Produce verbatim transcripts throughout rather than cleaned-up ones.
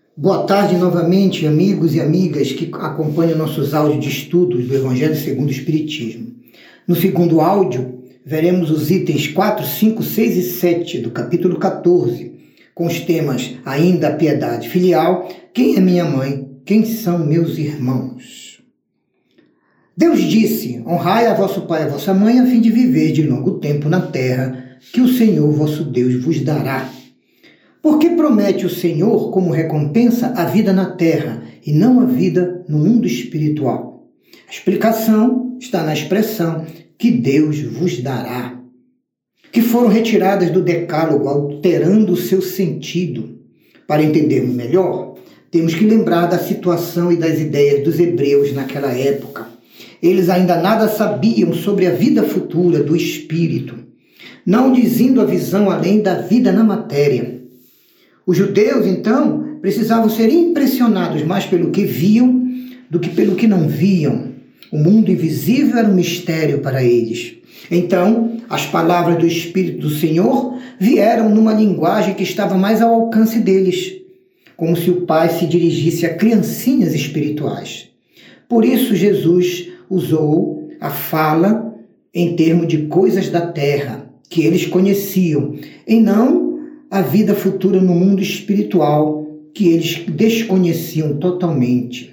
Boa tarde novamente, amigos e amigas que acompanham nossos áudios de estudos do Evangelho segundo o Espiritismo. No segundo áudio, veremos os itens quatro, cinco, seis e sete do capítulo quatorze, com os temas ainda a piedade filial, quem é minha mãe, quem são meus irmãos. Deus disse, honrai a vosso pai e a vossa mãe, a fim de viver de longo tempo na terra, que o Senhor vosso Deus vos dará. Porque promete o Senhor como recompensa a vida na terra e não a vida no mundo espiritual. A explicação está na expressão que Deus vos dará, que foram retiradas do decálogo, alterando o seu sentido. Para entendermos melhor, temos que lembrar da situação e das ideias dos hebreus naquela época. Eles ainda nada sabiam sobre a vida futura do espírito, não dizendo a visão além da vida na matéria. Os judeus, então, precisavam ser impressionados mais pelo que viam do que pelo que não viam. O mundo invisível era um mistério para eles. Então, as palavras do Espírito do Senhor vieram numa linguagem que estava mais ao alcance deles, como se o Pai se dirigisse a criancinhas espirituais. Por isso, Jesus usou a fala em termos de coisas da terra, que eles conheciam, e não a vida futura no mundo espiritual, que eles desconheciam totalmente.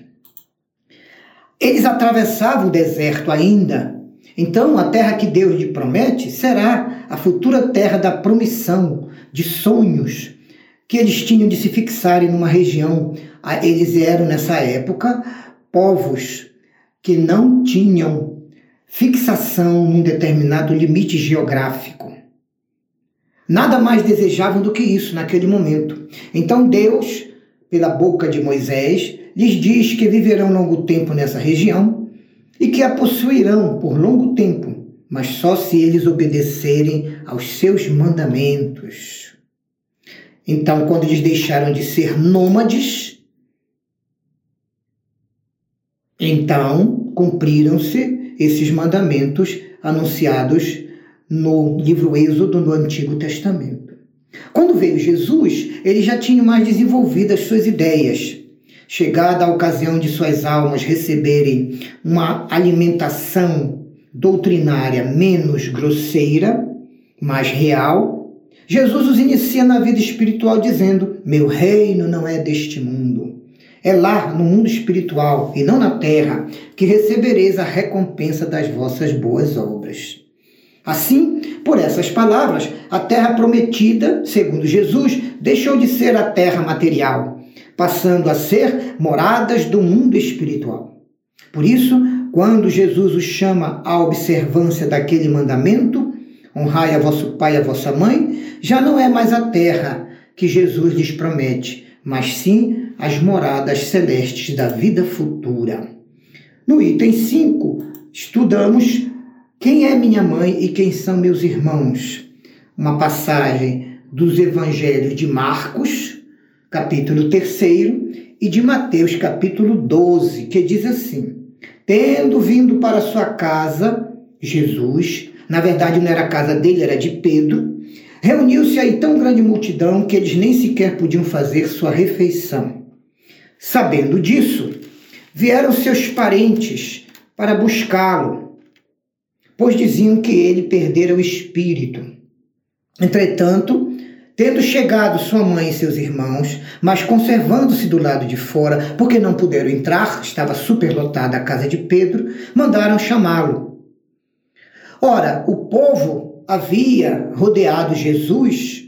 Eles atravessavam o deserto ainda. Então, a terra que Deus lhe promete será a futura terra da promissão, de sonhos, que eles tinham de se fixarem numa região. Eles eram, nessa época, povos que não tinham fixação num determinado limite geográfico. Nada mais desejavam do que isso naquele momento. Então Deus, pela boca de Moisés, lhes diz que viverão longo tempo nessa região e que a possuirão por longo tempo, mas só se eles obedecerem aos seus mandamentos. Então, quando eles deixaram de ser nômades, então cumpriram-se esses mandamentos anunciados no livro Êxodo, no Antigo Testamento. Quando veio Jesus, ele já tinha mais desenvolvido as suas ideias. Chegada a ocasião de suas almas receberem uma alimentação doutrinária menos grosseira, mais real, Jesus os inicia na vida espiritual dizendo: meu reino não é deste mundo. É lá, no mundo espiritual, e não na terra, que recebereis a recompensa das vossas boas obras. Assim, por essas palavras, a terra prometida, segundo Jesus, deixou de ser a terra material, passando a ser moradas do mundo espiritual. Por isso, quando Jesus os chama à observância daquele mandamento, honrai a vosso pai e a vossa mãe, já não é mais a terra que Jesus lhes promete, mas sim as moradas celestes da vida futura. No item cinco, estudamos quem é minha mãe e quem são meus irmãos? Uma passagem dos evangelhos de Marcos, capítulo três, e de Mateus, capítulo doze, que diz assim: tendo vindo para sua casa, Jesus, na verdade não era a casa dele, era de Pedro, reuniu-se aí tão grande multidão que eles nem sequer podiam fazer sua refeição. Sabendo disso, vieram seus parentes para buscá-lo, pois diziam que ele perdera o espírito. Entretanto, tendo chegado sua mãe e seus irmãos, mas conservando-se do lado de fora, porque não puderam entrar, estava superlotada a casa de Pedro, mandaram chamá-lo. Ora, o povo havia rodeado Jesus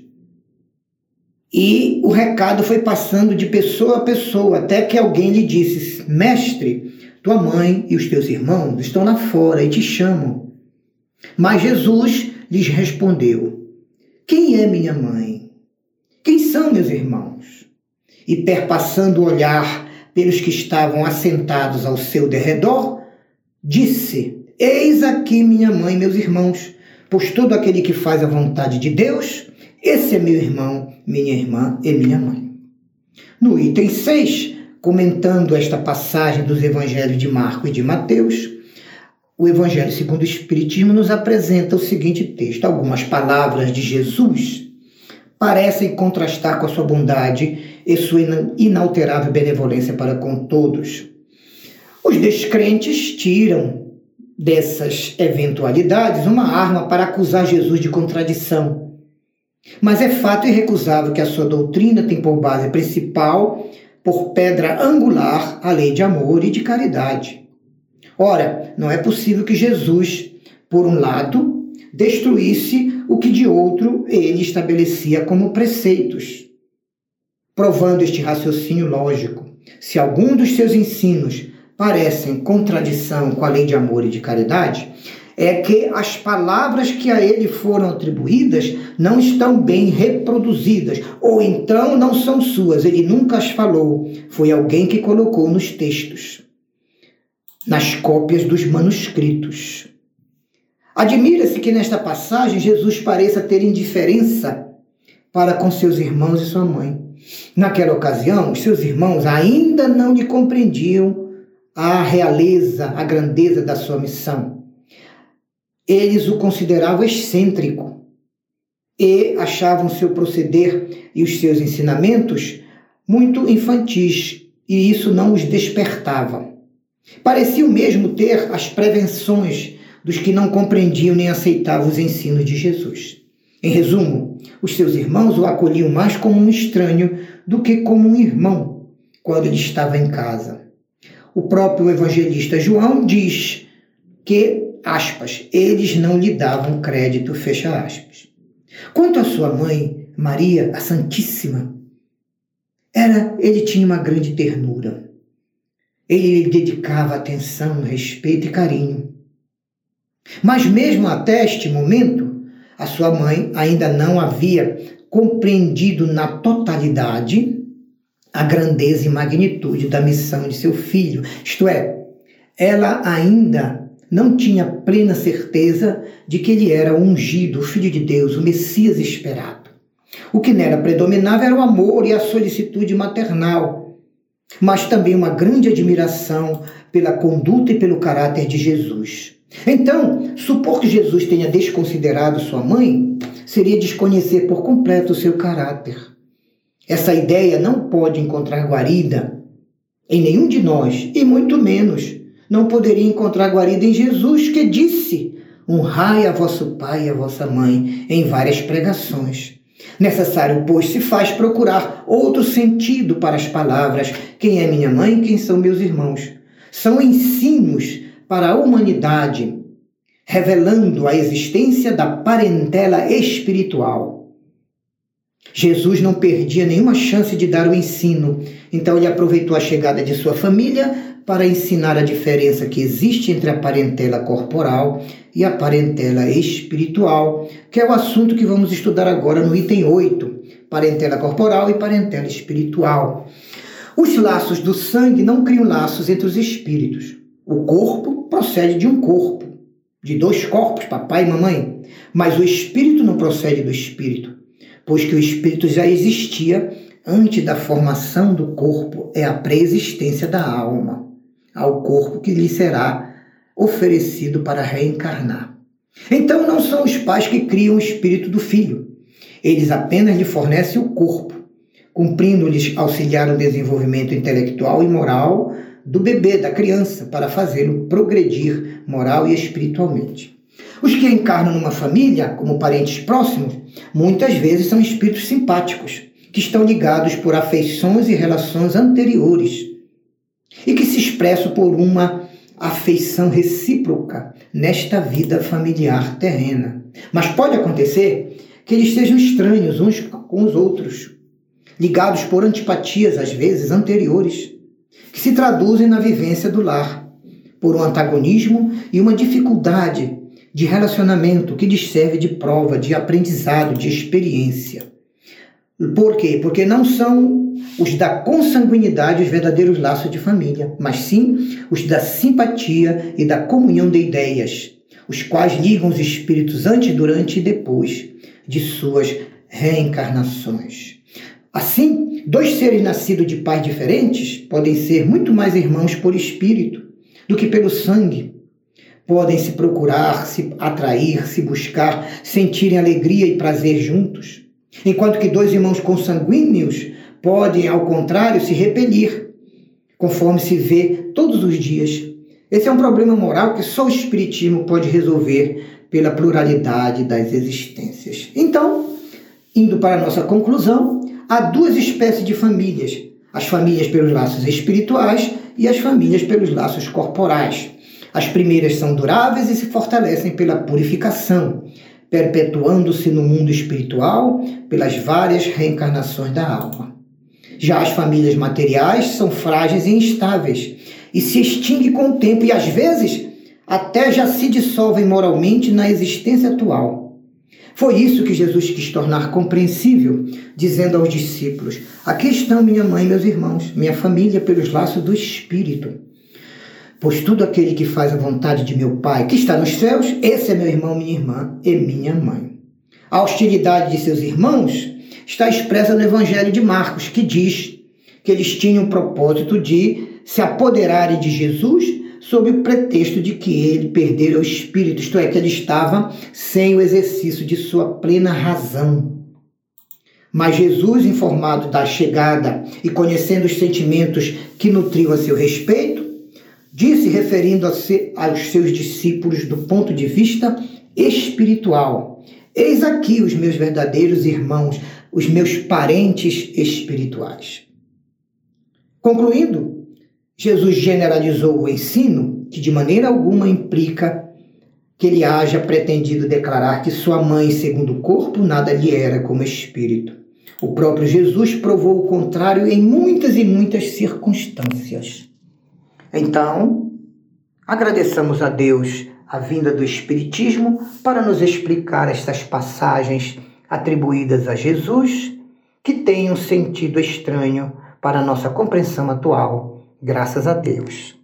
e o recado foi passando de pessoa a pessoa, até que alguém lhe disse: mestre, tua mãe e os teus irmãos estão lá fora e te chamam. Mas Jesus lhes respondeu: quem é minha mãe? Quem são meus irmãos? E perpassando o olhar pelos que estavam assentados ao seu derredor, disse: eis aqui minha mãe e meus irmãos, pois todo aquele que faz a vontade de Deus, esse é meu irmão, minha irmã e minha mãe. No item seis, comentando esta passagem dos evangelhos de Marcos e de Mateus, o Evangelho segundo o Espiritismo nos apresenta o seguinte texto: algumas palavras de Jesus parecem contrastar com a sua bondade e sua inalterável benevolência para com todos. Os descrentes tiram dessas eventualidades uma arma para acusar Jesus de contradição. Mas é fato irrecusável que a sua doutrina tem por base principal, por pedra angular, a lei de amor e de caridade. Ora, não é possível que Jesus, por um lado, destruísse o que de outro ele estabelecia como preceitos. Provando este raciocínio lógico, se algum dos seus ensinos parecem contradição com a lei de amor e de caridade, é que as palavras que a ele foram atribuídas não estão bem reproduzidas, ou então não são suas, ele nunca as falou, foi alguém que colocou nos textos, nas cópias dos manuscritos. Admira-se que nesta passagem Jesus pareça ter indiferença para com seus irmãos e sua mãe. Naquela ocasião, os seus irmãos ainda não lhe compreendiam a realeza, a grandeza da sua missão. Eles o consideravam excêntrico e achavam seu proceder e os seus ensinamentos muito infantis, e isso não os despertava. Pareciam mesmo ter as prevenções dos que não compreendiam nem aceitavam os ensinos de Jesus. Em resumo, os seus irmãos o acolhiam mais como um estranho do que como um irmão quando ele estava em casa. O próprio evangelista João diz que, aspas, eles não lhe davam crédito, fecha aspas. Quanto à sua mãe, Maria, a Santíssima, era, ele tinha uma grande ternura. Ele lhe dedicava atenção, respeito e carinho. Mas mesmo até este momento, a sua mãe ainda não havia compreendido na totalidade a grandeza e magnitude da missão de seu filho. Isto é, ela ainda não tinha plena certeza de que ele era o ungido, o Filho de Deus, o Messias esperado. O que nela predominava era o amor e a solicitude maternal, mas também uma grande admiração pela conduta e pelo caráter de Jesus. Então, supor que Jesus tenha desconsiderado sua mãe seria desconhecer por completo o seu caráter. Essa ideia não pode encontrar guarida em nenhum de nós, e muito menos não poderia encontrar guarida em Jesus, que disse: honrai a vosso pai e a vossa mãe, em várias pregações. Necessário, pois, se faz procurar outro sentido para as palavras: quem é minha mãe, quem são meus irmãos. São ensinos para a humanidade, revelando a existência da parentela espiritual. Jesus não perdia nenhuma chance de dar o ensino, então ele aproveitou a chegada de sua família para ensinar a diferença que existe entre a parentela corporal e a parentela espiritual, que é o assunto que vamos estudar agora no item oito, parentela corporal e parentela espiritual. Os laços do sangue não criam laços entre os espíritos. O corpo procede de um corpo, de dois corpos, papai e mamãe, mas o espírito não procede do espírito, pois que o espírito já existia antes da formação do corpo, é a pré-existência da alma, ao corpo que lhe será oferecido para reencarnar. Então não são os pais que criam o espírito do filho, eles apenas lhe fornecem o corpo, cumprindo-lhes auxiliar no desenvolvimento intelectual e moral do bebê, da criança, para fazê-lo progredir moral e espiritualmente. Os que encarnam numa família, como parentes próximos, muitas vezes são espíritos simpáticos, que estão ligados por afeições e relações anteriores, e que se expressam por uma afeição recíproca nesta vida familiar terrena. Mas pode acontecer que eles sejam estranhos uns com os outros, ligados por antipatias, às vezes, anteriores, que se traduzem na vivência do lar, por um antagonismo e uma dificuldade de relacionamento que lhes serve de prova, de aprendizado, de experiência. Por quê? Porque não são os da consanguinidade os verdadeiros laços de família, mas sim os da simpatia e da comunhão de ideias, os quais ligam os espíritos antes, durante e depois de suas reencarnações. Assim, dois seres nascidos de pais diferentes podem ser muito mais irmãos por espírito do que pelo sangue. Podem se procurar, se atrair, se buscar, sentirem alegria e prazer juntos. Enquanto que dois irmãos consanguíneos podem, ao contrário, se repelir, conforme se vê todos os dias. Esse é um problema moral que só o Espiritismo pode resolver pela pluralidade das existências. Então, indo para a nossa conclusão, há duas espécies de famílias: as famílias pelos laços espirituais e as famílias pelos laços corporais. As primeiras são duráveis e se fortalecem pela purificação, perpetuando-se no mundo espiritual pelas várias reencarnações da alma. Já as famílias materiais são frágeis e instáveis e se extinguem com o tempo e, às vezes, até já se dissolvem moralmente na existência atual. Foi isso que Jesus quis tornar compreensível, dizendo aos discípulos: aqui estão minha mãe e meus irmãos, minha família pelos laços do Espírito. Pois todo aquele que faz a vontade de meu Pai, que está nos céus, esse é meu irmão, minha irmã e minha mãe. A hostilidade de seus irmãos está expressa no Evangelho de Marcos, que diz que eles tinham o propósito de se apoderarem de Jesus sob o pretexto de que ele perdera o espírito, isto é, que ele estava sem o exercício de sua plena razão. Mas Jesus, informado da chegada e conhecendo os sentimentos que nutriam a seu respeito, disse, referindo aos seus discípulos do ponto de vista espiritual: eis aqui os meus verdadeiros irmãos, os meus parentes espirituais. Concluindo, Jesus generalizou o ensino, que de maneira alguma implica que ele haja pretendido declarar que sua mãe, segundo o corpo, nada lhe era como espírito. O próprio Jesus provou o contrário em muitas e muitas circunstâncias. Então, agradeçamos a Deus a vinda do Espiritismo para nos explicar estas passagens atribuídas a Jesus, que têm um sentido estranho para a nossa compreensão atual. Graças a Deus.